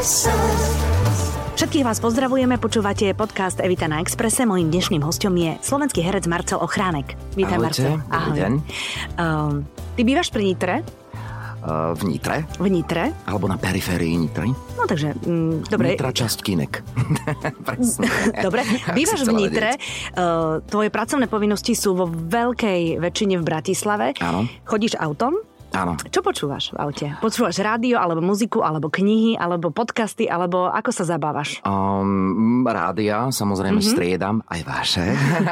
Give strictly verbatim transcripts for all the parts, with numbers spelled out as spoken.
Všetkých vás pozdravujeme, počúvate podcast Evita na Expresse. Mojím dnešným hosťom je slovenský herec Marcel Ochránek. Vítaj, Marcel. Ahoj. Deň. Uh, ty bývaš pri Nitre? Uh, v Nitre. V Nitre. Alebo na periférii Nitry. No takže, mm, dobre. Nitra časť Kinek. Dobre, bývaš v Nitre. Uh, tvoje pracovné povinnosti sú vo veľkej väčšine v Bratislave. Áno. Chodíš autom? Áno. Čo počúvaš v aute? Počúvaš rádio, alebo muziku, alebo knihy, alebo podcasty, alebo ako sa zabávaš? Um, rádia, samozrejme, mm-hmm. striedam, aj vaše.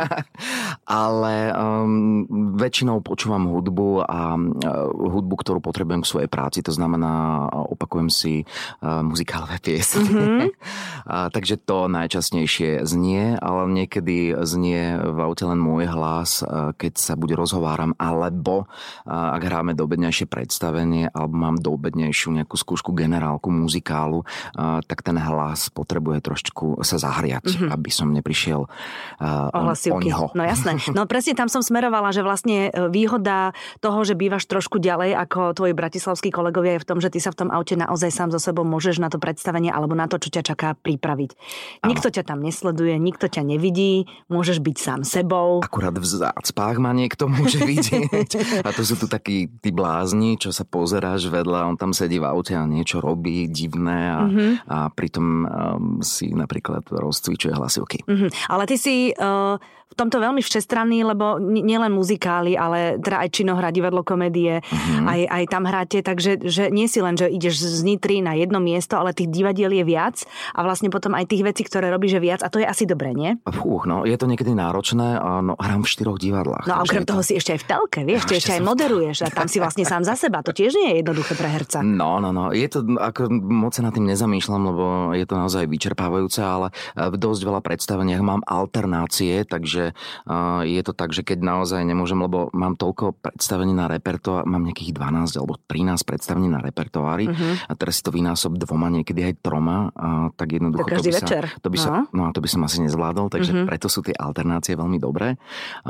Ale um, väčšinou počúvam hudbu a uh, hudbu, ktorú potrebujem k svojej práci. To znamená, opakujem si uh, muzikálové piesne. Mm-hmm. uh, takže to najčastejšie znie, ale niekedy znie v aute len môj hlas, uh, keď sa buď rozhováram, alebo uh, ak hráme do obedňa predstavenie alebo mám doobednejšiu nejakú skúšku generálku, muzikálu, uh, tak ten hlas potrebuje trošku sa zahriať, mm-hmm. aby som neprišiel uh, o, o ňoho. No jasné. No presne tam som smerovala, že vlastne výhoda toho, že bývaš trošku ďalej ako tvoji bratislavskí kolegovia je v tom, že ty sa v tom aute naozaj sám so sebou môžeš na to predstavenie alebo na to, čo ťa čaká, pripraviť. Nikto ano. ťa tam nesleduje, nikto ťa nevidí, môžeš byť sám sebou. Akurát v zácpách ma niekto môže vidieť. A to sú tu takí tí blázni, čo sa pozeráš vedľa, on tam sedí v aute a niečo robí divné a, mm-hmm. a pritom um, si napríklad rozcvičuje hlasivky. Mm-hmm. Ale ty si uh, v tomto veľmi všestranný, lebo nielen muzikály, ale teda aj činohra, divadlo, komédie, mm-hmm. aj, aj tam hráte, takže že nie si len, že ideš z Nitry na jedno miesto, ale tých divadiel je viac a vlastne potom aj tých vecí, ktoré robíš, je viac a to je asi dobré, nie? Fúch, no, je to niekedy náročné a no, hrám v štyroch divadlách. No a okrem toho to... si ešte aj v telke, vieš, ty ešte aj moderuješ a tam si vlastne sám za seba, to tiež nie je jednoduché pre herca. No, no, no, je to, ako moc sa nad tým nezamýšľam, lebo je to naozaj vyčerpávajúce, ale v dosť veľa predstaveniach mám alternácie, takže uh, je to tak, že keď naozaj nemôžem, lebo mám toľko predstavení na repertoár, mám nejakých dvanásť alebo trinásť predstavení na repertoári uh-huh. a teraz si to vynásob dvoma, niekedy aj troma, a tak jednoducho to každý to by večer. Sa, to by sa, no a to by som asi nezvládol, takže uh-huh. preto sú tie alternácie veľmi dobré.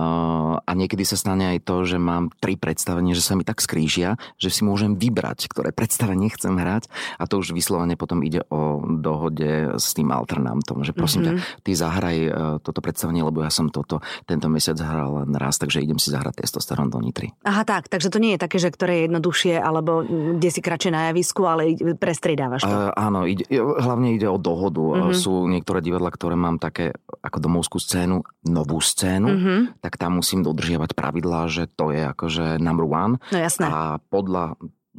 Uh, a niekedy sa stane aj to, že mám tri predstavenia, že sa mi tak skrížia, že si môžem vybrať, ktoré predstavenie chcem hrať a to už vyslovene potom ide o dohode s tým alternantom, že prosím mm-hmm. ťa, ty zahraj uh, toto predstavenie, lebo ja som toto tento mesiac hral len raz, takže idem si zahrať Testosterón do Nitry. Aha, tak, takže to nie je také, že ktoré je jednoduchšie, alebo kde si kratšie na javisku, ale prestriedávaš to. Uh, áno, ide, hlavne ide o dohodu. Mm-hmm. Sú niektoré divadlá, ktoré mám také ako domovskú scénu, novú scénu, mm-hmm. tak tam musím dodržiavať pravidlá, že to je akože number one. No jasné. A podľa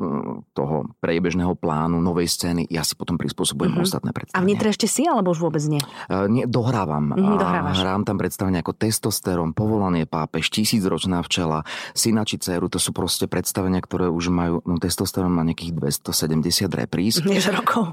toho priebežného plánu novej scény ja si potom prispôsobujem uh-huh. ostatné predstavenia. A v Nitre ešte si, alebo už vôbec nie? Uh, nie, dohrávam. Uh-huh, dohrávaš. Hrám tam predstavenia ako Testosterón, Povolanie pápež, Tisícročná včela, Syna či dceru. To sú proste predstavenia, ktoré už majú, no Testosterón má nejakých dvestosedemdesiat repríz. Než rokov.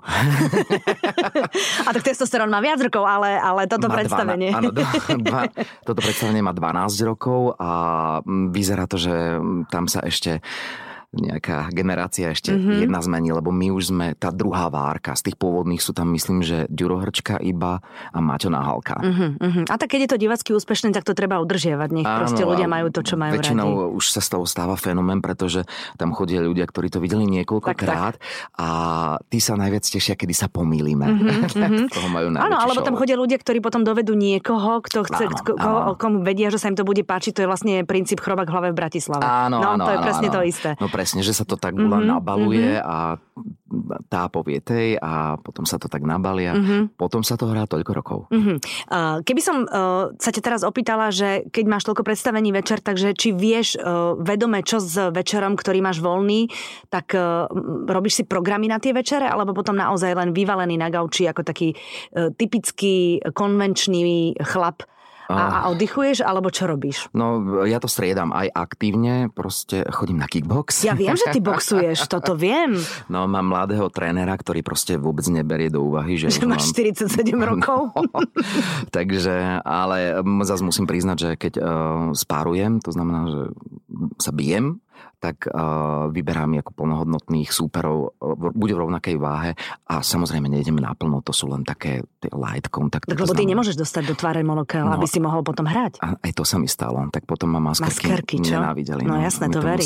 A tak Testosterón má viac rokov, ale, ale toto má predstavenie. Dvana, áno, dva, toto predstavenie má dvanásť rokov a vyzerá to, že tam sa ešte nejaká generácia ešte mm-hmm. jedna zmení, lebo my už sme tá druhá várka. Z tých pôvodných sú tam, myslím, že Ďuro Hrčka iba a Maťo Nahalka. Mm-hmm. A tak keď je to divacky úspešné, tak to treba udržiavať. Nech áno, proste ľudia majú to, čo majú väčšinou radi. Už sa z toho stáva fenomén, pretože tam chodia ľudia, ktorí to videli niekoľkokrát a tí sa najviac tešia, kedy sa pomýlime. Mm-hmm. toho majú najväčší áno, alebo show. tam chodia ľudia, ktorí potom dovedú niekoho, kto chce, áno, koho, áno. komu vedia, že sa im to bude páčiť. To je vlastne princíp chrobák v hlave v Bratislave. Áno, no, áno, to je áno, presne áno. to isté. No presne, že sa to tak gula mm-hmm, nabaluje mm-hmm. a tá povie tej a potom sa to tak nabalia. Mm-hmm. Potom sa to hrá toľko rokov. Mm-hmm. Uh, keby som uh, sa ťa teraz opýtala, že keď máš toľko predstavení večer, takže či vieš uh, vedome, čo s večerom, ktorý máš voľný, tak uh, robíš si programy na tie večere, alebo potom naozaj len vyvalený na gauči ako taký uh, typický konvenčný chlap A, a oddychuješ, alebo čo robíš? No, ja to striedam aj aktívne, proste chodím na kickbox. Ja viem, že ty boxuješ, toto viem. No, mám mladého trénera, ktorý proste vôbec neberie do úvahy, že... Že máš mám... štyridsaťsedem rokov. No, takže, ale zase musím priznať, že keď uh, spárujem, to znamená, že sa bijem, tak uh, vyberám ako plnohodnotných súperov, uh, bude v rovnakej váhe a samozrejme nejdeme naplno, to sú len také light kontakty. Tak lebo ty nemôžeš dostať do tváre monokel, no, aby si mohol potom hrať. A aj to sa mi stalo, tak potom ma maskerky, maskerky čo? nenávideli. No, no jasné, to verím. Museli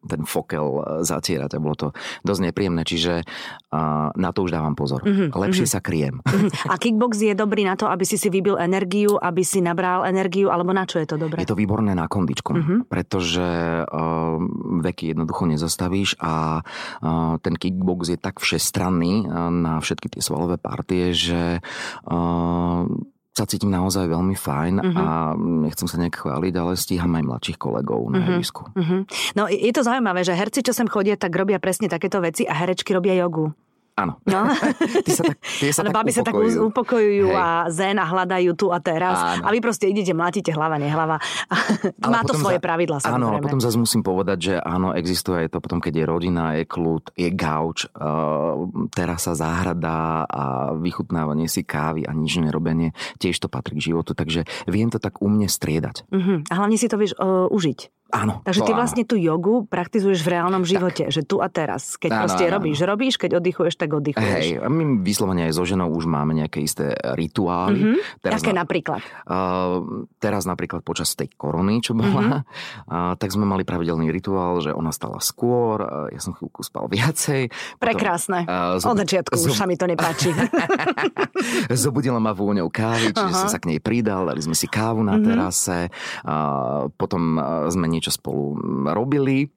ten fokel zatierať a bolo to dosť nepríjemné, čiže uh, na to už dávam pozor. Mm-hmm. Lepšie mm-hmm. sa kryjem. Mm-hmm. A kickbox je dobrý na to, aby si si vybil energiu, aby si nabral energiu, alebo na čo je to dobré? Je to výborné na kondičku, mm-hmm. pretože uh, veky jednoducho nezastavíš a uh, ten kickbox je tak všestranný uh, na všetky tie svalové partie, že uh, sa cítim naozaj veľmi fajn uh-huh. a nechcem sa nejak chváliť, ale stíham aj mladších kolegov na ihrisku. Uh-huh. No je to zaujímavé, že herci, čo sem chodia, tak robia presne takéto veci a herečky robia jogu. Áno. No. Ty sa tak, ty sa ano, tak babi upokojujú. sa tak upokojujú Hej. a zen a hľadajú tu a teraz. Áno. A vy proste idete, mlátíte hlava, nehlava. Má to svoje za... pravidlá, samozrejme. Áno, a potom zase musím povedať, že áno, existuje aj to potom, keď je rodina, je kľud, je gauč, uh, terasa, záhrada a vychutnávanie si kávy a nič nerobenie. Tiež to patrí k životu, takže viem to tak u mne striedať. Uh-huh. A hlavne si to vieš uh, užiť. Áno. Takže ty áno. vlastne tú jogu praktizuješ v reálnom živote, tak. Že tu a teraz. Keď áno, proste áno, robíš, áno. robíš, keď oddychuješ, tak oddychuješ. Hej, a my vyslovene aj so ženou už máme nejaké isté rituály. Mm-hmm. Teraz Aké na, napríklad? Uh, teraz napríklad počas tej korony, čo bola, mm-hmm. uh, tak sme mali pravidelný rituál, že ona stala skôr, uh, ja som chvíľku spal viacej. Prekrásne. Potom, uh, zob... Od začiatku zob... už sa mi to nepáči. Zobudila ma vôňou kávy, čiže uh-huh. som sa k nej pridal, dali sme si kávu na mm-hmm. terase, uh, potom uh, sme niečo spolu robili,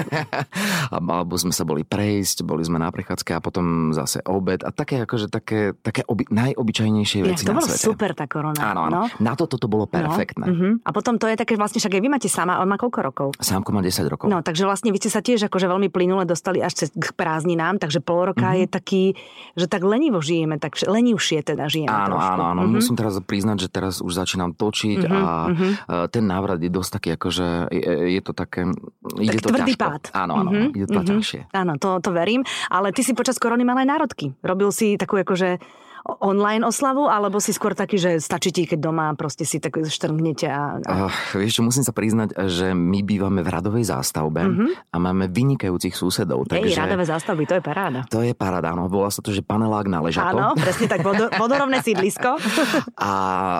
alebo sme sa boli prejsť, boli sme na prechádzke a potom zase obed a také akože také, také oby, najobyčajnejšie veci ja, na svete. To bolo super tá korona. Áno, áno. No. Na to toto bolo perfektné. No. Uh-huh. A potom to je také vlastne, však aj vy máte sama, on má koľko rokov? Sámko má desať rokov. No, takže vlastne vy ste sa tiež akože veľmi plynule dostali až cez k prázdninám, takže pol roka uh-huh. je taký, že tak lenivo žijeme, tak lenivšie teda žijeme. Áno, trošku. áno, áno. Uh-huh. Musím teraz priznať, že teraz už začínam točiť uh-huh. a uh-huh. ten návrat je dosť taký, akože je, je to také, ide tak to ťažko. Pád. Áno, áno. Mm-hmm. Je to mm-hmm. ťažšie. Áno, to, to verím. Ale ty si počas korony mal aj národky. Robil si takú akože online oslavu, alebo si skôr taký, že stačí ti, keď doma proste si tak štrngnete a... a... Uh, vieš čo, musím sa priznať, že my bývame v radovej zástavbe mm-hmm. a máme vynikajúcich susedov. Ej, takže... radové zástavby, to je paráda. To je paráda, áno. Volá sa to, že panelák na ležato. Áno, presne tak, vodo, vodorovné sídlisko. A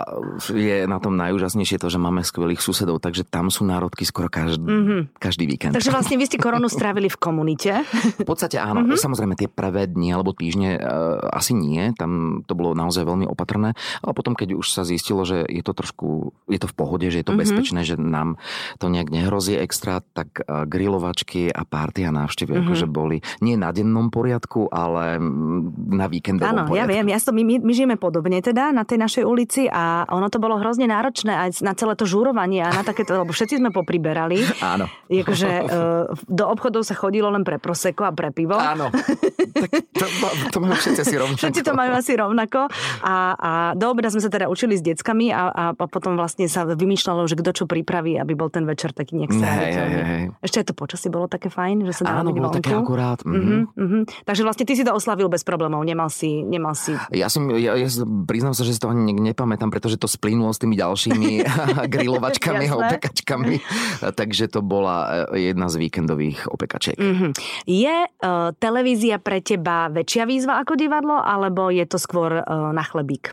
je na tom najúžasnejšie to, že máme skvelých susedov, takže tam sú národky skoro každý, mm-hmm. každý víkend. Takže vlastne vy ste koronu strávili v komunite? V podstate áno. Mm-hmm. Samozrejme tie prvé dni alebo týždne uh, asi nie, tam to bolo naozaj veľmi opatrné, ale potom, keď už sa zistilo, že je to trošku, je to v pohode, že je to mm-hmm. bezpečné, že nám to nejak nehrozí extra, tak grilovačky a párty a návštevy mm-hmm. akože boli nie na dennom poriadku, ale na víkendovom Áno, poriadku. Ja viem, ja to, my, my žijeme podobne teda na tej našej ulici a ono to bolo hrozne náročné aj na celé to žúrovanie a na takéto, lebo všetci sme popriberali. Áno. Jakože do obchodov sa chodilo len pre prosecco a pre pivo. Áno. Tak to, to majú všetci asi rovnako. Všetci to majú asi rovnako. A, a do obeda sme sa teda učili s deckami a, a potom vlastne sa vymýšľalo, že kto čo pripraví, aby bol ten večer taký nejak stráviteľný. Ešte aj to počasie bolo také fajn, že sa dalo Áno, bolo také akurát. Mm-hmm. Mm-hmm. Takže vlastne ty si to oslavil bez problémov, nemal si... Nemal si... Ja, si ja, ja priznám sa, že si to ani nepamätám, pretože to splynulo s tými ďalšími grilovačkami a opekačkami. Takže to bola jedna z víkendových opekačiek. Mm-hmm. Je uh, televízia pre teba väčšia výzva ako divadlo, alebo je to skôr na chlebík?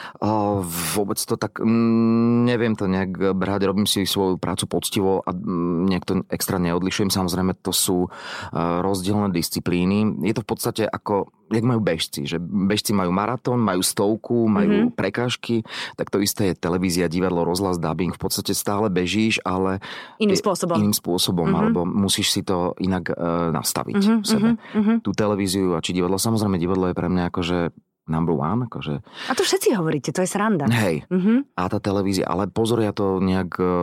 O, vôbec to tak, mm, neviem to nejak brať, robím si svoju prácu poctivo a mm, nejak to extra neodlišujem. Samozrejme, to sú uh, rozdielne disciplíny. Je to v podstate ako, jak majú bežci, že bežci majú maratón, majú stovku, majú mm-hmm. prekážky, tak to isté je televízia, divadlo, rozhlas, dubbing. V podstate stále bežíš, ale iným spôsobom, iným spôsobom mm-hmm. alebo musíš si to inak uh, nastaviť mm-hmm. v sebe. Mm-hmm. Tú televíziu a či divadlo. Samozrejme, divadlo je pre mňa akože number one, akože... A to všetci hovoríte, to je sranda. Hej. Mm-hmm. A tá televízia, ale pozor, ja to nejak uh,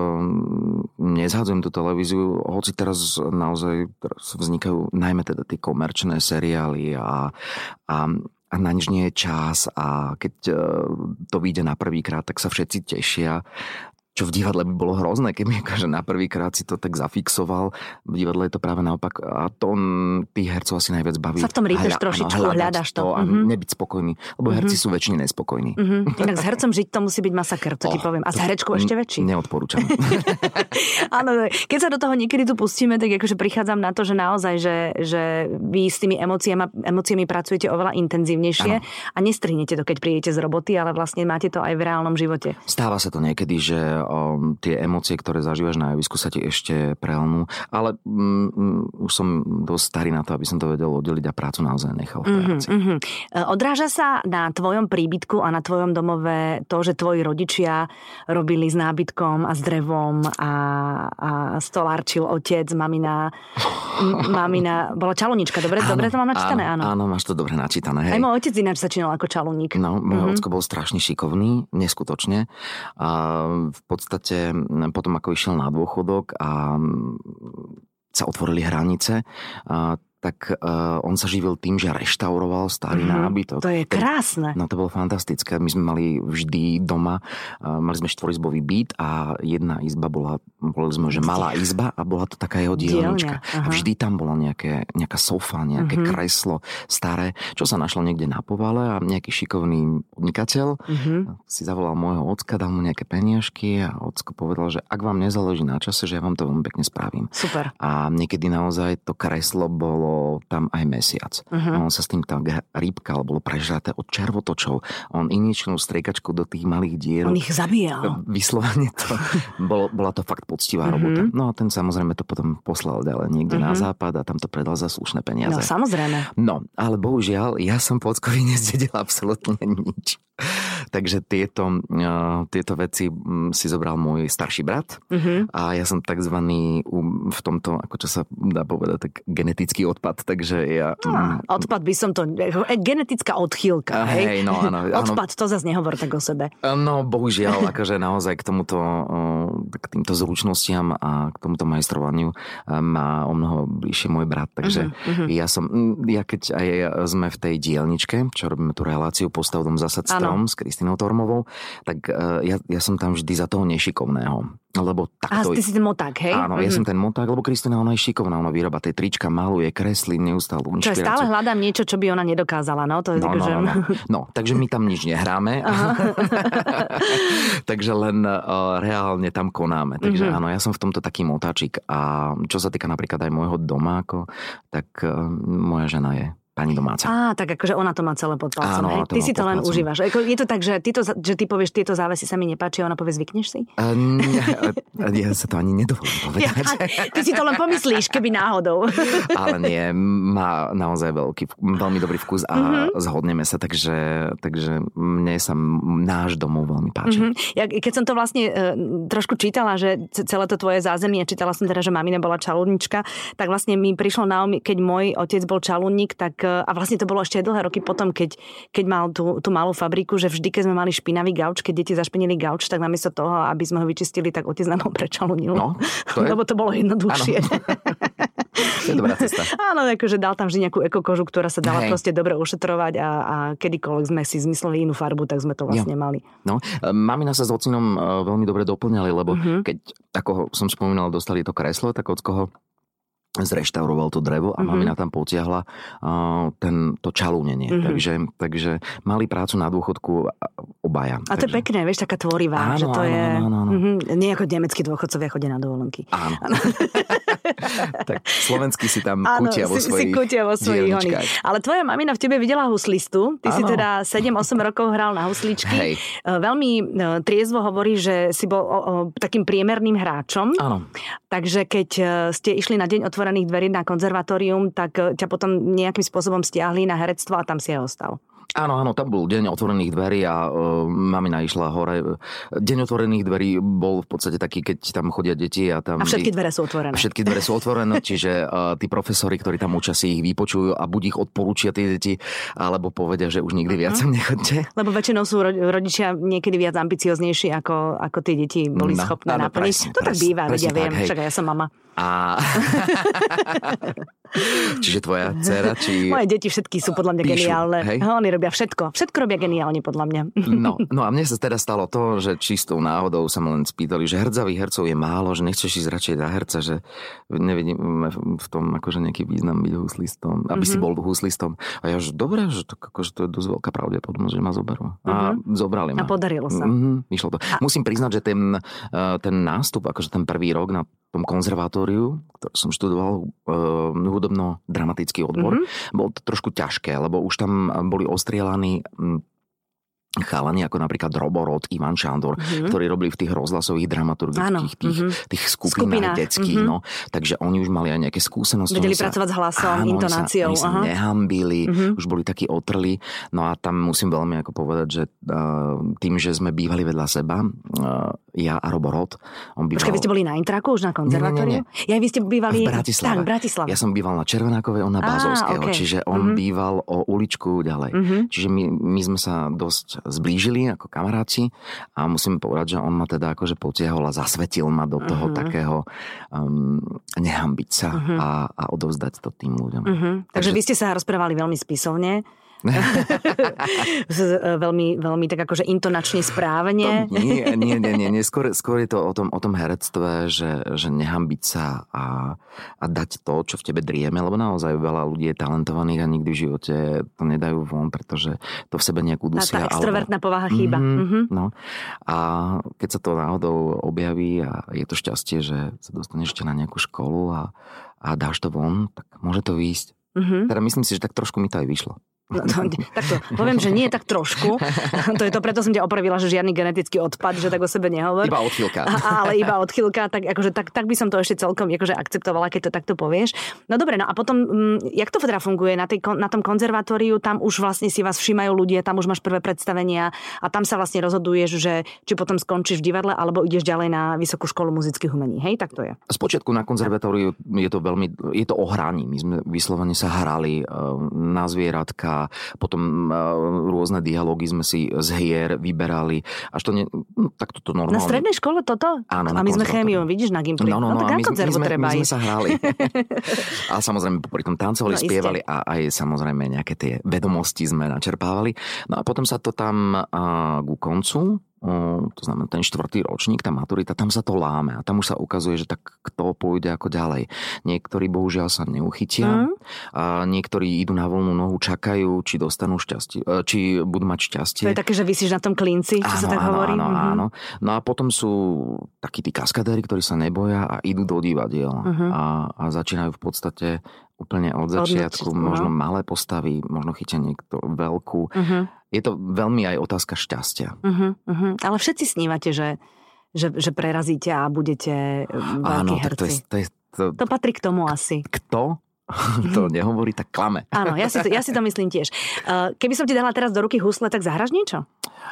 nezhadzujem tú televíziu, hoci teraz naozaj teraz vznikajú najmä teda tie komerčné seriály a, a, a na nič nie je čas a keď uh, to vyjde na prvýkrát, tak sa všetci tešia. Čo v divadle by bolo hrozné, keby akože na prvýkrát si to tak zafixoval. V divadle je to práve naopak. A to tých hercov asi najviac baví. Sa v tom rýpeš Hľa, trošičku, áno, hľadaš to. A mm-hmm. nebyť spokojný. Lebo mm-hmm. herci sú väčšine nespokojní. Mm-hmm. Inak s hercom žiť to musí byť masaker, to oh, ti poviem. A s herečkou ešte väčší. Neodporúčam. Áno, keď sa do toho niekedy tu pustíme, tak akože prichádzam na to, že naozaj, že, že vy s tými emóciami, emóciami pracujete oveľa intenzívnejšie ano. A nestrihnete to, keď prídete z roboty, ale vlastne máte to aj v reálnom živote. Stáva sa to niekedy, že um, tie emócie, ktoré zažívaš na javisku, sa ti ešte prelnú. Ale um, už som dosť starý na to, aby som to vedel oddeliť a prácu naozaj nechal v práci. Mm-hmm. Odráža sa na tvojom príbytku a na tvojom domove to, že tvoji rodičia robili s nábytkom a s drevom a, a stolárčil otec, mamina, mamina bola čalunička, dobre, áno, dobre to mám načítané? Áno, áno, máš to dobre načítané. Hej. Aj môj otec ináč začínal ako čaluník. No, môj mm-hmm. ocko bol strašne šikovný, neskutočne. A v podstate potom, ako išiel na dôchodok a sa otvorili hranice, a tak uh, on sa živil tým, že reštauroval starý mm-hmm. nábytok. To je krásne. No to bolo fantastické. My sme mali vždy doma, uh, mali sme štvorizbový byt a jedna izba bola, boli sme, že malá izba a bola to taká jeho dielnička. A vždy tam bola nejaké, nejaká sofa, nejaké mm-hmm. kreslo staré, čo sa našlo niekde na povale a nejaký šikovný podnikateľ mm-hmm. si zavolal môjho ocka, dal mu nejaké peniažky a ocko povedal, že ak vám nezáleží na čase, že ja vám to veľmi pekne spravím. Super. A niekedy naozaj to kreslo bolo tam aj mesiac. Uh-huh. On sa s tým tak rýbkal, bolo prežraté od červotočov. On iničnú striekačku do tých malých dier. On ich zabíjal. Vyslovene to. Bolo, bola to fakt poctivá uh-huh. robota. No a ten samozrejme to potom poslal ďalej niekde uh-huh. na západ a tam to predal za slušné peniaze. No samozrejme. No, ale bohužiaľ, ja som po ockovi nezdedil absolútne nič. Takže tieto, uh, tieto veci si zobral môj starší brat uh-huh. a ja som takzvaný um, v tomto, ako čo sa dá povedať, tak genetický odpad, takže ja... No, odpad by som to... Genetická odchýlka, hej? Hej, no áno. Odpad, to zase nehovor tak o sebe. No, bohužiaľ, akože naozaj k tomuto, k týmto zručnostiam a k tomuto majstrovaniu má o mnoho bližšie môj brat, takže uh-huh. ja som... Ja keď aj sme v tej dielničke, čo robíme tú reláciu Postav dom, zasad strom s Kristinou Tormovou, tak ja, ja som tam vždy za toho nešikovného. Lebo takto... A ty si ten moták, hej? Áno, mm-hmm. ja som ten moták, lebo Kristina, ona je šikovná, ona vyrába tie trička, maluje, kreslí, neustále inšpiráciu. Čo stále hľadám niečo, čo by ona nedokázala, no? To je no, tak, no, že... no, no. no, takže my tam nič nehráme. Takže len uh, reálne tam konáme. Takže mm-hmm. áno, ja som v tomto taký motáčik. A čo sa týka napríklad aj môjho domáko, tak uh, moja žena je pani domáca. Á, tak akože ona to má celé pod palcom. Áno, ty si to len palcom. Užívaš. Je to tak, že ty, to, že ty povieš, tieto závesy sa mi nepáčia, ona povie, zvykneš si? Uh, nie, ja sa to ani nedovolím povedať. Ja, ty si to len pomyslíš, keby náhodou. Ale nie, má naozaj veľký, veľmi dobrý vkus a mm-hmm. zhodneme sa, takže, takže mne sa náš domov veľmi páči. Mm-hmm. Ja, keď som to vlastne e, trošku čítala, že celé to tvoje zázemie, čítala som teda, že mamina bola čalúdnička, tak vlastne mi prišlo na um, keď môj otec bol čalúdnik, tak a vlastne to bolo ešte aj dlhé roky potom, keď, keď mal tú, tú malú fabriku, že vždy, keď sme mali špinavý gauč, keď deti zašpinili gauč, tak namiesto toho, aby sme ho vyčistili, tak otec nám ho prečalunil. No, to je... Lebo to bolo jednoduchšie. To je dobrá cesta. Áno, akože dal tam vždy nejakú ekokožu, ktorá sa dala Hej. proste dobre ušetrovať a, a kedykoľvek sme si zmysleli inú farbu, tak sme to vlastne jo. mali. No, mamina sa s ocinom veľmi dobre doplňali, lebo uh-huh. keď, ako som spomínal, dostali to kreslo, tak ockoho zreštauroval to drevo a mm-hmm. mamina tam potiahla uh, ten, to čalúnenie. Mm-hmm. Takže, takže mali prácu na dôchodku obaja. A to takže... je pekné, vieš, taká tvorivá, áno, že to áno, je... Áno, áno. Mm-hmm, nie ako nemeckí dôchodcovia chodia na dovolenky. Áno. Tak slovenský si tam áno, kutia vo si, svojich si kutia vo svojich honých. Ale tvoja mamina v tebe videla huslistu. Ty áno. si teda sedem osem rokov hral na husličky. Hej. Veľmi triezvo hovorí, že si bol o, o, takým priemerným hráčom. Áno. Takže keď ste išli na deň otvorených dverí na konzervatórium, tak ťa potom nejakým spôsobom stiahli na herectvo a tam si aj ostal. Áno, áno, tam bol deň otvorených dverí a uh, mamina išla hore. Deň otvorených dverí bol v podstate taký, keď tam chodia deti a tam... A všetky dvere sú otvorené. Všetky dvere sú otvorené, čiže uh, tí profesori, ktorí tam učia, si ich vypočujú a buď ich odporúčia tie deti, alebo povedia, že už nikdy viac sem nechodte. Lebo väčšinou sú rodičia niekedy viac ambicioznejší, ako, ako tie deti boli no, schopné áno, naplniť. presne, to tak presne, býva, presne vedia, viem, tak, však ja som mama. A... Čiže tvoja dcera, či... Moje deti všetky sú podľa mňa píšu, geniálne. Hej? Oni robia všetko. Všetko robia geniálne podľa mňa. No, no a mne sa teda stalo to, že čistou náhodou sa ma len spýtali, že herdzavých hercov je málo, že nechceš ísť radšej na herca, že nevidím v tom akože nejaký význam byť huslistom, aby mm-hmm. si bol huslistom. A ja, že dobre, že to, akože to je dosť veľká pravdepodobnosť, že ma zoberú. A mm-hmm. zobrali ma. A podarilo sa. Mm-hmm, vyšlo to. A... Musím priznať, že ten, ten nástup, akože ten prvý rok na tom konzervatóriu, ktorý som študoval, uh, hudobno-dramatický odbor, mm-hmm. bolo to trošku ťažké, lebo už tam boli ostrielaní um, chalani, ako napríklad Robo Rod, Ivan Šandor, mm-hmm. ktorí robili v tých rozhlasových dramaturgických tých, mm-hmm. tých skupinách detských. Mm-hmm. No. Takže oni už mali aj nejaké skúsenosti. Vedeli sa, pracovať s hlasom, áno, intonáciou. Oni sa, oni sa nehambili, mm-hmm. už boli takí otrli. No a tam musím veľmi ako povedať, že uh, tým, že sme bývali vedľa seba, uh, ja a Robo Rod, on býval... Počkaj, vy ste boli na Intraku, už na konzervatóriu? Nie, nie, nie. Ja, vy ste bývali... V Bratislave. Tak, v Bratislave. Ja som býval na Červenákovej, on na Bázovského, okay. Čiže on mm-hmm. býval o uličku ďalej. Mm-hmm. Čiže my, my sme sa dosť zblížili ako kamaráti a musím povedať, že on ma teda akože potiahol a zasvetil ma do toho uh-huh. takého um, nehambiť sa uh-huh. a, a odovzdať to tým ľuďom. Uh-huh. Takže, Takže vy ste sa rozprávali veľmi spisovne. veľmi, veľmi tak akože intonačne správne. To, nie, nie, nie, nie, nie. Skôr, skôr je to o tom, o tom herectve, že, že nehambiť sa a, a dať to, čo v tebe drieme, lebo naozaj veľa ľudí je talentovaných a nikdy v živote to nedajú von, pretože to v sebe nejakú dusia. Tá, tá extrovertná alebo... povaha chýba. Mm-hmm, mm-hmm. No. A keď sa to náhodou objaví a je to šťastie, že sa dostaneš ešte na nejakú školu a, a dáš to von, tak môže to výjsť. Mm-hmm. Teda myslím si, že tak trošku mi to aj vyšlo. No, to, takto, poviem, že nie tak trošku. To je to, preto som ťa opravila, že žiadny genetický odpad, že tak o sebe nehovor. Iba odchýlka. Ale iba odchýlka, tak, akože, tak, tak by som to ešte celkom akože akceptovala, keď to takto povieš. No dobre, no a potom, jak to teda funguje na, tej, na tom konzervatóriu, tam už vlastne si vás všímajú ľudia, tam už máš prvé predstavenia a tam sa vlastne rozhoduješ, že či potom skončíš v divadle, alebo ideš ďalej na Vysokú školu muzických umení. Hej, tak to je. Spočiatku na konzervatóriu je to veľmi, je to o hraní. My sme vyslovene sa hrali na zvieratka, potom rôzne dialógy sme si z hier vyberali. Až to ne, no, tak toto normálne. Na strednej škole toto? Áno. A my sme chémiu, vidíš, na Gimply. No, no, no, no a tak my, my, sme, treba my sme sa hrali. A samozrejme pri tom tancovali, no, spievali a aj samozrejme nejaké tie vedomosti sme načerpávali. No a potom sa to tam uh, ku koncu, O, to znamená ten štvrtý ročník, tá maturita, tam sa to láme a tam už sa ukazuje, že tak kto pôjde ako ďalej. Niektorí bohužiaľ sa neuchytia mm. a niektorí idú na voľnú nohu, čakajú, či dostanú šťastie, či budú mať šťastie. To je také, že visíš na tom klinci, čo áno, sa tak áno, hovorí. Áno, mm-hmm. áno. No a potom sú takí tí kaskadéri, ktorí sa neboja a idú do divadiel mm-hmm. a, a začínajú v podstate úplne od začiatku, od možno no. malé postavy, možno chytia niekto veľkú. Uh-huh. Je to veľmi aj otázka šťastia. Uh-huh, uh-huh. Ale všetci snívate, že, že, že prerazíte a budete veľkí Áno, herci. Tak to, je, to, je, to, to patrí k tomu asi. Kto to nehovorí, tak klame. Áno, ja si to, ja si to myslím tiež. Keby som ti dala teraz do ruky husle, tak zahraš niečo?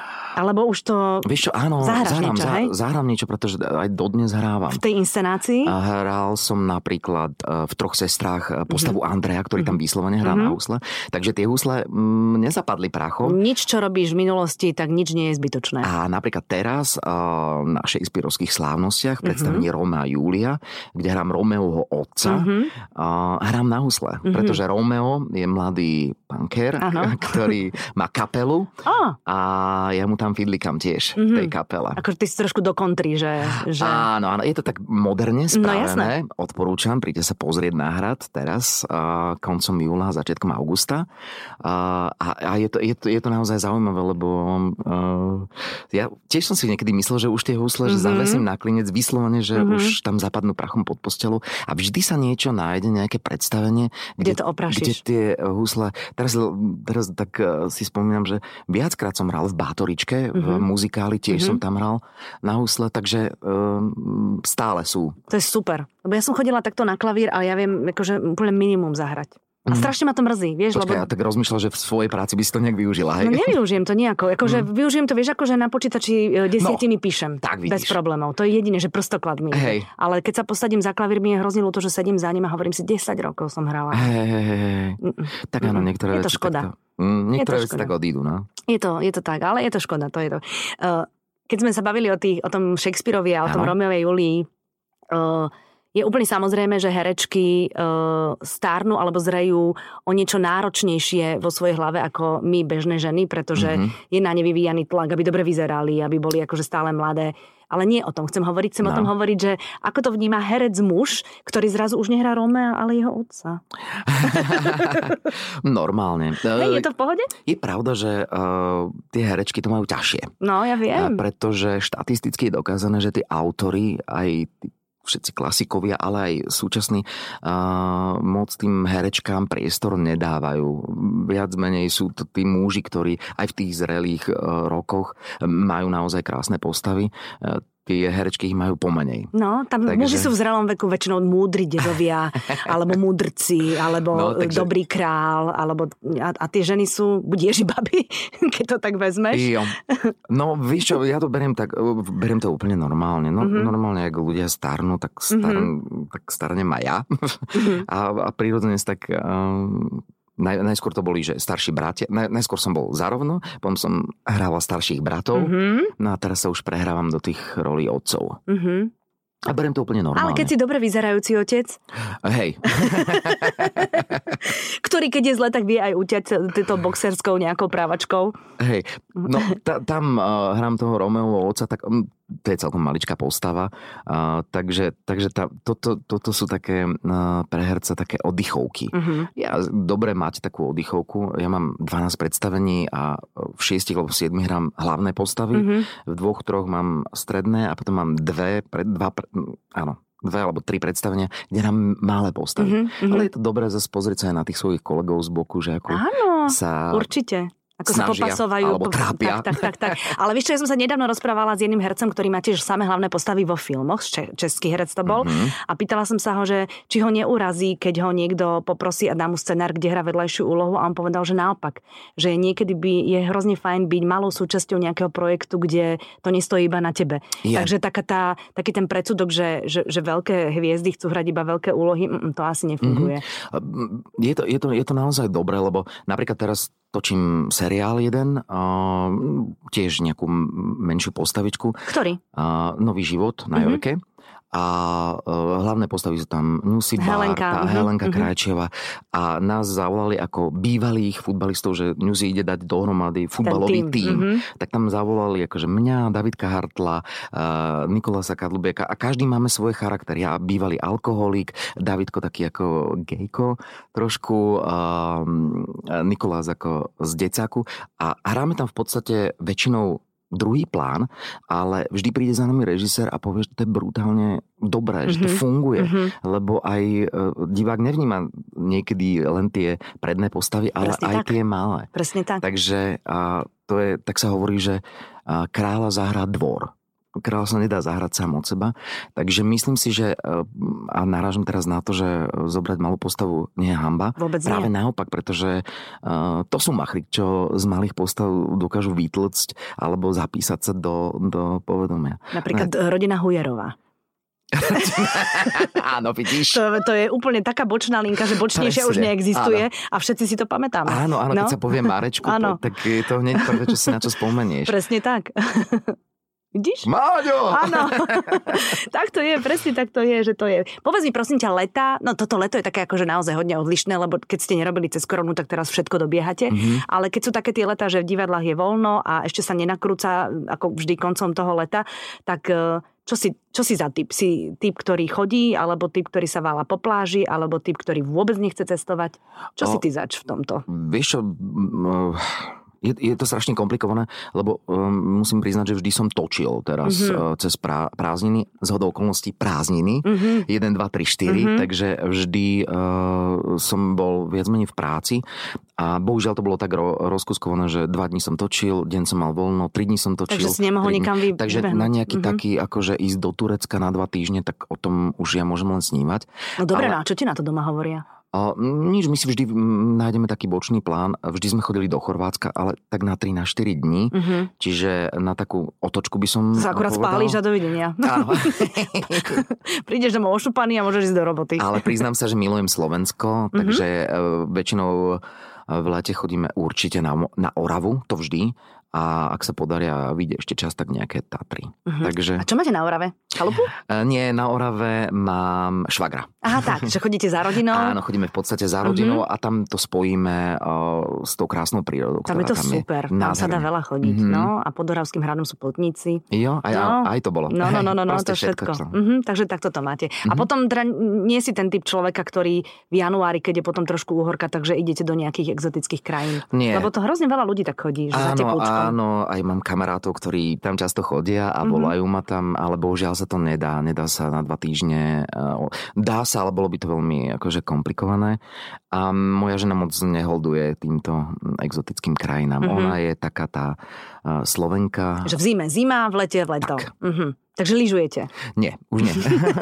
Alebo už to Vieš čo, áno, zahrám niečo, hej? Zahrám niečo, pretože aj dodnes hrávam. V tej inscenácii? Hral som napríklad v Troch sestrách postavu mm-hmm. Andreja, ktorý tam výslovene hrá mm-hmm. na husle. Takže tie husle m, nezapadli prachom. Nič, čo robíš v minulosti, tak nič nie je zbytočné. A napríklad teraz na Shakespearovských slávnostiach v predstavení mm-hmm. Rómea a Júlia, kde hrám Rómeovho otca, mm-hmm. hrám na husle. Mm-hmm. Pretože Rómeo je mladý punker, ktorý má kapelu oh. a ja mu tam fidlikam tiež mm-hmm. v tej kapele. Ako ty si trošku do kontry, že, že... Áno, áno, je to tak moderne spravené. No, odporúčam, príďte sa pozrieť na hrad teraz, uh, koncom júla, začiatkom augusta. Uh, a a je, to, je, to, je to naozaj zaujímavé, lebo uh, ja tiež som si niekedy myslel, že už tie husle, mm-hmm. že zavesím na klinec, vyslovene, že mm-hmm. už tam zapadnú prachom pod postelou a vždy sa niečo nájde, nejaké predstavenie, kde, kde to oprašíš. Kde tie husle... Teraz, teraz tak uh, si spomínam, že viackrát som hral v Bátoričke, v mm-hmm. muzikáli, tiež mm-hmm. som tam hral na husle, takže um, stále sú. To je super, lebo ja som chodila takto na klavír a ja viem akože úplne minimum zahrať. A strašne ma to mrzí, vieš, Počkaj, lebo... ja tak rozmýšľal, že v svojej práci by si to nejak využila, hej? No nevyužijem to nejako, akože mm. využijem to, vieš, akože na počítači desiatimi no, píšem. Tak vidíš. Bez problémov, to je jediné, že prostoklad mi Hej. Ale keď sa posadím za klavír, mi je hrozne ľúto, že sedím za ním a hovorím si, desať rokov som hrala. Hej, hej, hej. Tak áno, niektoré je to veci škoda. Takto, mm, niektoré veci tak odídu, no. Je to, je to tak, ale je to škoda, to je to. Uh, keď sme sa bavili o, tých, o tom Shakespeareovi a o tom Romeovej Julii, uh, je úplne samozrejme, že herečky uh, stárnu alebo zrejú o niečo náročnejšie vo svojej hlave ako my bežné ženy, pretože mm-hmm. je na ne vyvíjaný tlak, aby dobre vyzerali, aby boli akože stále mladé. Ale nie o tom chcem hovoriť. Chcem no. o tom hovoriť, že ako to vníma herec muž, ktorý zrazu už nehrá Rómea, ale jeho otca. Normálne. Ne, je to v pohode? Je pravda, že uh, tie herečky to majú ťažšie. No, ja viem. Uh, pretože štatisticky je dokázané, že tí autori aj všetci klasikovia, ale aj súčasní uh, moc tým herečkám priestor nedávajú. Viac menej sú to tí muži, ktorí aj v tých zrelých uh, rokoch majú naozaj krásne postavy. Uh, tie herečky ich majú pomenej. No, tam takže... muži sú v zrelom veku väčšinou múdri dedovia, alebo múdrci, alebo no, takže... dobrý král, alebo a, a tie ženy sú buď ježibaby, keď to tak vezmeš. Jo. No, víš čo, ja to beriem tak, beriem to úplne normálne. No, mm-hmm. Normálne, ak ľudia starnú, tak, starn, mm-hmm. tak starnem aj ja. Mm-hmm. a, a prirodzene tak... Um, Naj, najskôr to boli, že starší bratia. Naj, najskôr som bol zarovno, potom som hrávala starších bratov. Mm-hmm. No a teraz sa už prehrávam do tých rolí otcov. Mm-hmm. A beriem to úplne normálne. Ale keď si dobre vyzerajúci otec. Hej. Ktorý keď je zle, tak vie aj uťať týmto boxerskou nejakou právačkou. Hej. No ta, tam uh, hrám toho Romeovho otca, tak um, to je celkom maličká postava. Uh, takže takže tá, toto, toto sú také uh, pre herca také oddychovky. Uh-huh. Ja dobre mať takú oddychovku. Ja mám dvanásť predstavení a v šiestich alebo v siedmich hrám hlavné postavy. Uh-huh. V dvoch, troch mám stredné a potom mám dve, pred, dva, pre, áno, dve alebo tri predstavenia, kde hrám malé postavy. Uh-huh. Ale je to dobré zase pozrieť sa aj na tých svojich kolegov z boku, že ako áno, sa... určite. Ako snažia, sa popasovajú. Alebo trápia. Tak, tak, tak, tak. Ale vieš čo, ja som sa nedávno rozprávala s jedným hercom, ktorý má tiež samé hlavné postavy vo filmoch, český herec to bol. Mm-hmm. A pýtala som sa ho, že či ho neurazí, keď ho niekto poprosí a dá mu scenár, kde hrá vedľajšiu úlohu, a on povedal, že naopak. Že niekedy by je hrozne fajn byť malou súčasťou nejakého projektu, kde to nestojí iba na tebe. Yeah. Takže taká tá, taký ten predsudok, že, že, že veľké hviezdy chcú hrať iba veľké úlohy, to asi nefunguje. Mm-hmm. Je to, je to, je to naozaj dobré, lebo napríklad teraz točím seriál jeden, uh, tiež nejakú menšiu postavičku. Ktorý? Uh, Nový život na mm-hmm. Jojke. A uh, hlavné postavy sú tam Nusi Bár, Helenka, tá Helenka uh-huh. Krajčieva. A nás zavolali ako bývalých futbalistov, že Nusi ide dať dohromady futbalový tím. Uh-huh. Tak tam zavolali akože mňa, Davidka Hartla, uh, Nikolasa Kadlubieka a každý máme svoj charakter. Ja bývalý alkoholík, Davidko taký ako gejko, trošku uh, Nikolás ako z decáku. A hráme tam v podstate väčšinou druhý plán, ale vždy príde za nami režisér a povie, že to je brutálne dobré, mm-hmm. že to funguje, mm-hmm. lebo aj divák nevníma niekedy len tie predné postavy, ale presne aj tak. Tie malé. Presne tak. Takže a, to je, tak sa hovorí, že a, kráľa zahrá dvor. Kráľ sa nedá zahrať sám od seba. Takže myslím si, že a narážam teraz na to, že zobrať malú postavu nie je hanba. Vôbec Práve nie. naopak, pretože uh, to sú machry, čo z malých postav dokážu vytlcť alebo zapísať sa do, do povedomia. Napríklad ne. rodina Hujerová. Áno, vidíš. To, to je úplne taká bočná linka, že bočnejšia už neexistuje, áno. A všetci si to pamätáme. Áno, áno, no? Keď sa povie Marečku, to, tak je to hneď prvé, čo si na čo spomenieš. Presne tak. Vidíš? Máďo! Áno. Tak to je, presne tak to je, že to je. Povedz mi prosím ťa leta, no toto leto je také akože naozaj hodne odlišné, lebo keď ste nerobili cez koronu, tak teraz všetko dobiehate, mm-hmm. ale keď sú také tie letá, že v divadlách je voľno a ešte sa nenakrúca ako vždy koncom toho leta, tak čo si, čo si za typ? Si typ, ktorý chodí, alebo typ, ktorý sa vála po pláži, alebo typ, ktorý vôbec nechce cestovať? Čo o, si ty zač v tomto? Vieš čo... M- Je, je to strašne komplikované, lebo um, musím priznať, že vždy som točil teraz mm-hmm. uh, cez prá, prázdniny, zhodou okolností prázdniny, mm-hmm. jeden, dva, tri, štyri, mm-hmm. takže vždy uh, som bol viac menej v práci a bohužiaľ to bolo tak ro- rozkuskované, že dva dní som točil, deň som mal voľno, tri dní som točil. Takže si nemohol nikam vybehnúť. Takže na nejaký mm-hmm. taký, akože ísť do Turecka na dva týždne, tak o tom už ja môžem len snívať. No dobre, ale... no a čo ti na to doma hovoria? A nič, my si vždy nájdeme taký bočný plán. Vždy sme chodili do Chorvátska, ale tak na tri na štyri dní. Uh-huh. Čiže na takú otočku by som to sa akurát povedal. Spálíš a dovidenia. Áno. Prídeš domov ošupaný a môžeš ísť do roboty. Ale priznám sa, že milujem Slovensko, uh-huh. takže väčšinou v lete chodíme určite na, na Oravu, to vždy. A ak sa podaria vyjde ešte čas, tak nejaké Tatry. Uh-huh. Takže... A čo máte na Orave? Chalupu? Nie, na Orave mám švagra. Aha, tak, že chodíte za rodinou? Áno, chodíme v podstate za rodinou uh-huh. a tam to spojíme uh, s tou krásnou prírodou. Tam je to tam super, je tam sa dá veľa chodiť. Uh-huh. No, a pod Oravským hradom sú Plotníci. Jo, aj, no. aj to bolo. No, no, no, no, no to všetko. všetko. Uh-huh, takže takto to máte. Uh-huh. A potom teda nie si ten typ človeka, ktorý v januári, keď je potom trošku úhorka, takže idete do nejakých exotických krajín. Nie. Lebo to hrozne veľa ľudí tak chodí, že za teplúčkou. Áno, aj mám kamarátov, ktorí tam často chodia a mm-hmm. volajú ma tam, ale bohužiaľ sa to nedá. Nedá sa na dva týždne. Dá sa, ale bolo by to veľmi akože komplikované. A moja žena moc neholduje týmto exotickým krajinám. Mm-hmm. Ona je taká tá uh, Slovenka. Že v zime zima, v lete v leto. Tak. Mhm. Takže lyžujete? Nie, už nie.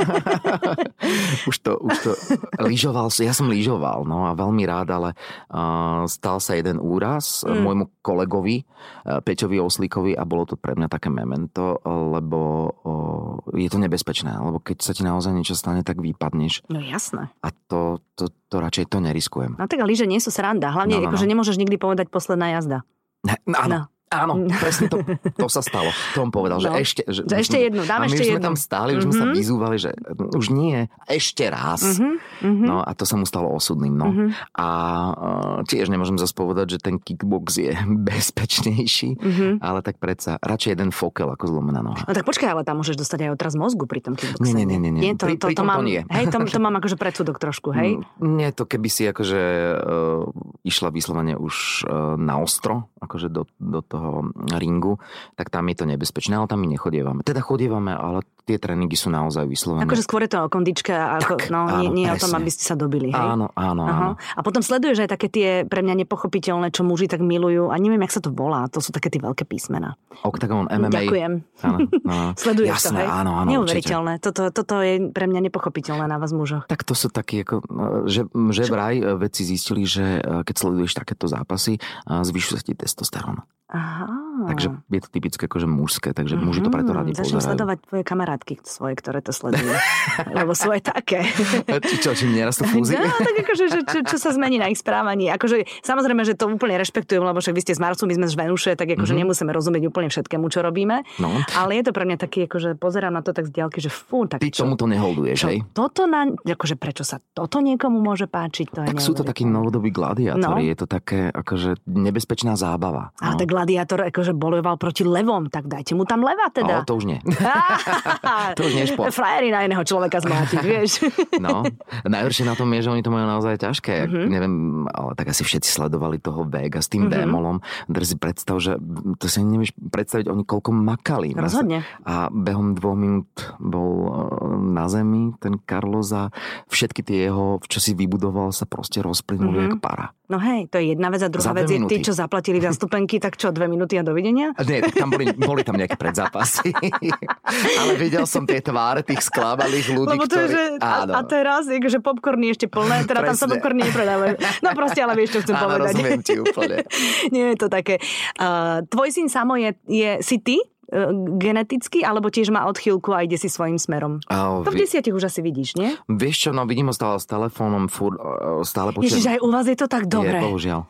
už to, už to, lyžoval, ja som lyžoval, no a veľmi rád, ale uh, stal sa jeden úraz mm. môjmu kolegovi, uh, Peťovi Oslíkovi a bolo to pre mňa také memento, lebo uh, je to nebezpečné, lebo keď sa ti naozaj niečo stane, tak vypadneš. No jasné. A to, to, to radšej to neriskujem. No tak a lyže nie sú sranda, hlavne no, no, akože no. nemôžeš nikdy povedať posledná jazda. Ne, no, áno. No. Áno, presne to, to sa stalo. To on povedal, no. že ešte... Že, že ešte jednu, dáme ešte jednu. A my sme tam stáli, už mm-hmm. sme sa vyzúvali, že už nie, ešte raz. Mm-hmm. No a to sa mu stalo osudným. No. Mm-hmm. A uh, tiež nemôžem zase povedať, že ten kickbox je bezpečnejší, mm-hmm. ale tak predsa radšej jeden fokel ako zlomená noha. No tak počkaj, ale tam môžeš dostať aj otraz mozgu pri tom kickboxe. Nie, nie, nie. nie. nie to, pri, to, pri to, mám, to nie. Hej, to, to mám akože predsudok trošku, hej? Nie, to keby si akože uh, išla vyslovene už uh, na ostro, akože do, do toho ringu, tak tam je to nebezpečné, ale tam my nechodievame. Teda chodievame, ale tie tréningy sú naozaj vyslovené. Akože skôr je to o kondičke, ako, tak, no, áno, nie, nie o tom, aby ste sa dobili, hej? Áno, áno, áno. A potom sleduješ aj také tie pre mňa nepochopiteľné, čo muži tak milujú, a neviem, jak sa to volá, to sú také tie veľké písmená. Octagon, em em á. Ďakujem. Áno, áno. Sleduješ Jasné, to, hej? áno, áno, neuveriteľné. Toto, toto je pre mňa nepochopiteľné na vás mužoch. Tak to sú takí, ako, že, že vraj vedci zistili, že keď sleduješ takéto zápasy, zvyšuje sa ti testosterón. Aha. Takže je to typické akože mužské, takže mm-hmm. muži to preto radi pozerajú. Začnem sledovať tvoje kamarátky svoje, ktoré to sledujú. Lebo sú aj také. Či čo, či neraz to fúzi? No, tak akože, že, čo, čo sa zmení na ich správaní. Akože, samozrejme, že to úplne rešpektujem, lebo však vy ste z Marsu, my sme z Venuše, tak akože mm-hmm. nemusíme rozumieť úplne všetkému, čo robíme. No. Ale je to pre mňa taký, akože pozerám na to tak z diaľky, že fú, tak ty čo? tomu to neholduješ, hej? Toto na, akože prečo sa toto niekomu môže páčiť, to je tak sú to takí novodobí gladiátori, no. Je to také akože nebezpečná zábava. No. Ale tak gladiátor akože bojoval proti levom, tak dajte mu tam leva teda. Ale to už nie. To už nie je šport. Frajery na iného človeka zmlátiť, vieš. No, najhoršie na tom je, že oni to majú naozaj ťažké. Mm-hmm. Neviem, ale tak asi všetci sledovali toho Vega s tým mm-hmm. démolom. Drž si predstav, že to si nevieš predstaviť, oni koľko makali. Rozhodne. A behom dvoch minút bol na zemi ten Carlos a všetky tie jeho, čo si vybudoval, sa proste rozplynuli mm-hmm. jak para. No hej, to je jedna vec a druhá vec je tí, čo zaplatili za stupenky, tak čo, dve minúty a dovidenia? Nie, tak tam boli, boli tam nejaké predzápasy. Ale videl som tie tváre tých sklávalých ľudí, lebo to ktorí... Je, že, a, a teraz je, že popcorny ešte plné, teda tam sa popcorny nepredávajú. No proste, ale vieš, čo chcem áno, povedať. Áno, rozumiem ti úplne. Nie je to také. Uh, tvoj syn Samo je, je si ty? Geneticky, alebo tiež má odchýlku a ide si svojím smerom? Oh, to v desiatich už asi vidíš, nie? Vieš čo, no vidím ho stále s telefónom, furt, stále počujem. Ježiš, aj u vás je to tak dobre. Je, bohužiaľ.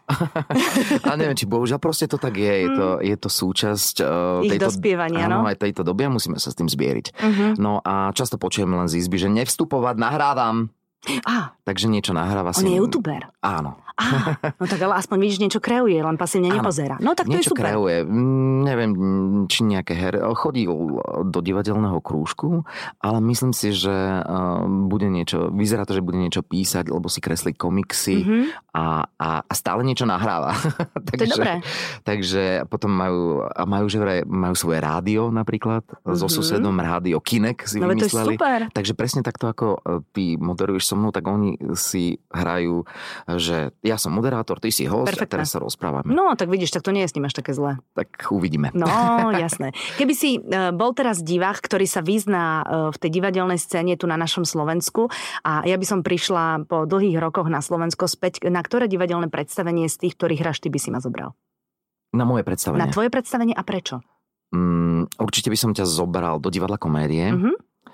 A neviem, či bohužiaľ, proste to tak je. Je to, je to súčasť uh, ich tejto, dospievania, áno, no? aj tejto doby a musíme sa s tým zmieriť. Uh-huh. No a často počujem len z izby, že nevstupovať, nahrávam. Ah. Takže niečo nahráva. On si... je youtuber. Áno. Ah, no tak ale aspoň vidíš, niečo kreuje, len pasívne nepozerá. No tak to niečo je super. kreuje. Neviem, či nejaké her... Chodí do divadelného krúžku, ale myslím si, že uh, bude niečo... Vyzerá to, že bude niečo písať, lebo si kreslí komiksy mm-hmm. a, a, a stále niečo nahráva. takže, to je dobré. Takže potom majú... A majú, že vraj, majú svoje rádio napríklad. Mm-hmm. So susedom rádio Kinek si no, vymysleli. To je super. Takže presne takto, ako ty moderuješ so mnou, tak oni si hrajú, že ja som moderátor, ty si host a teraz sa rozprávame. No, tak vidíš, tak to nie je s ním až také zlé. Tak uvidíme. No, jasné. Keby si bol teraz divák, ktorý sa vyzná v tej divadelnej scéne tu na našom Slovensku a ja by som prišla po dlhých rokoch na Slovensko späť, na ktoré divadelné predstavenie z tých, ktorých hráš, ty by si ma zobral? Na moje predstavenie. Na tvoje predstavenie a prečo? Mm, určite by som ťa zobral do divadla komédie. Mhm.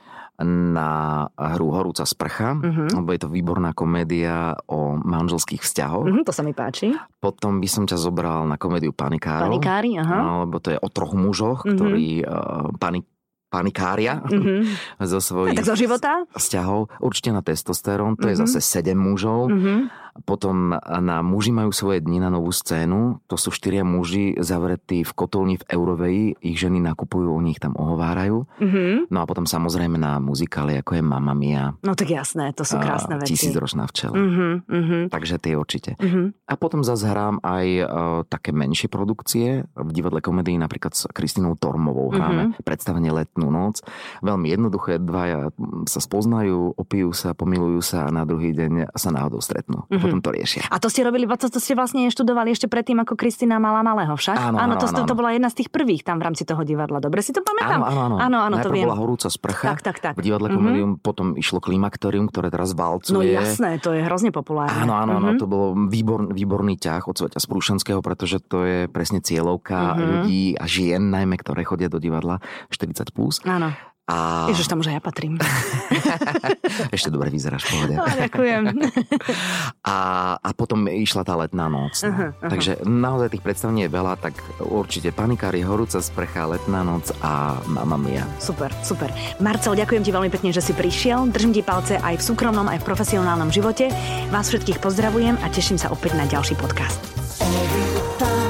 Na hru Horúca sprcha, uh-huh. lebo je to výborná komédia o manželských vzťahoch. Uh-huh, to sa mi páči. Potom by som ťa zobral na komédiu Panikárov. Panikári, aha. Lebo to je o troch mužoch, uh-huh. ktorí uh, panik, panikária uh-huh. zo svojich tak zo života? vzťahov. Určite na testosterón, to uh-huh. je zase sedem mužov. Uh-huh. Potom na Muži majú svoje dni na novú scénu. To sú štyria muži zavretí v kotolni v Euroveji. Ich ženy nakupujú, oni ich tam ohovárajú. Mm-hmm. No a potom samozrejme na muzikály, ako je Mamma Mia. No tak jasné, to sú krásne veci. Tisícročná včela. Mm-hmm, mm-hmm. Takže tie určite. Mm-hmm. A potom zase hrám aj uh, také menšie produkcie. V Divadle Komédii napríklad s Kristínou Tormovou hráme mm-hmm. predstavenie Letnú noc. Veľmi jednoduché, dvaja sa spoznajú, opijú sa, pomilujú sa a na druhý deň sa náhodou stretnú. Mm-hmm. A potom to riešia. A to ste robili, to, to ste vlastne študovali ešte predtým, ako Kristína mala malého, však? Áno, áno, áno, to, áno. To bola jedna z tých prvých tam v rámci toho divadla. Dobre si to pamätám? Áno, áno, áno. áno, áno to viem. bola Horúca sprcha. Tak, tak, tak. V Divadle Komédium mm-hmm. potom išlo Klimakterium, ktoré teraz valcuje. No jasné, to je hrozne populárne. Áno, áno, mm-hmm. áno, to bolo výbor, výborný ťah od Sveťa Sprúšanského, pretože to je presne cieľovka mm-hmm. ľudí a žien najmä, ktoré chodia do divadla štyridsať plus. Áno. A... Ježiš, tam už aj ja patrím. Ešte dobre vyzeráš, pohode. No, ďakujem. A, a potom išla tá Letná noc. No. Uh-huh, uh-huh. Takže naozaj tých predstavení je veľa, tak určite Panikári, Horúca sprcha, Letná noc a Mamma Mia. Super, super. Marcel, ďakujem ti veľmi pekne, že si prišiel. Držím ti palce aj v súkromnom, aj v profesionálnom živote. Vás všetkých pozdravujem a teším sa opäť na ďalší podcast.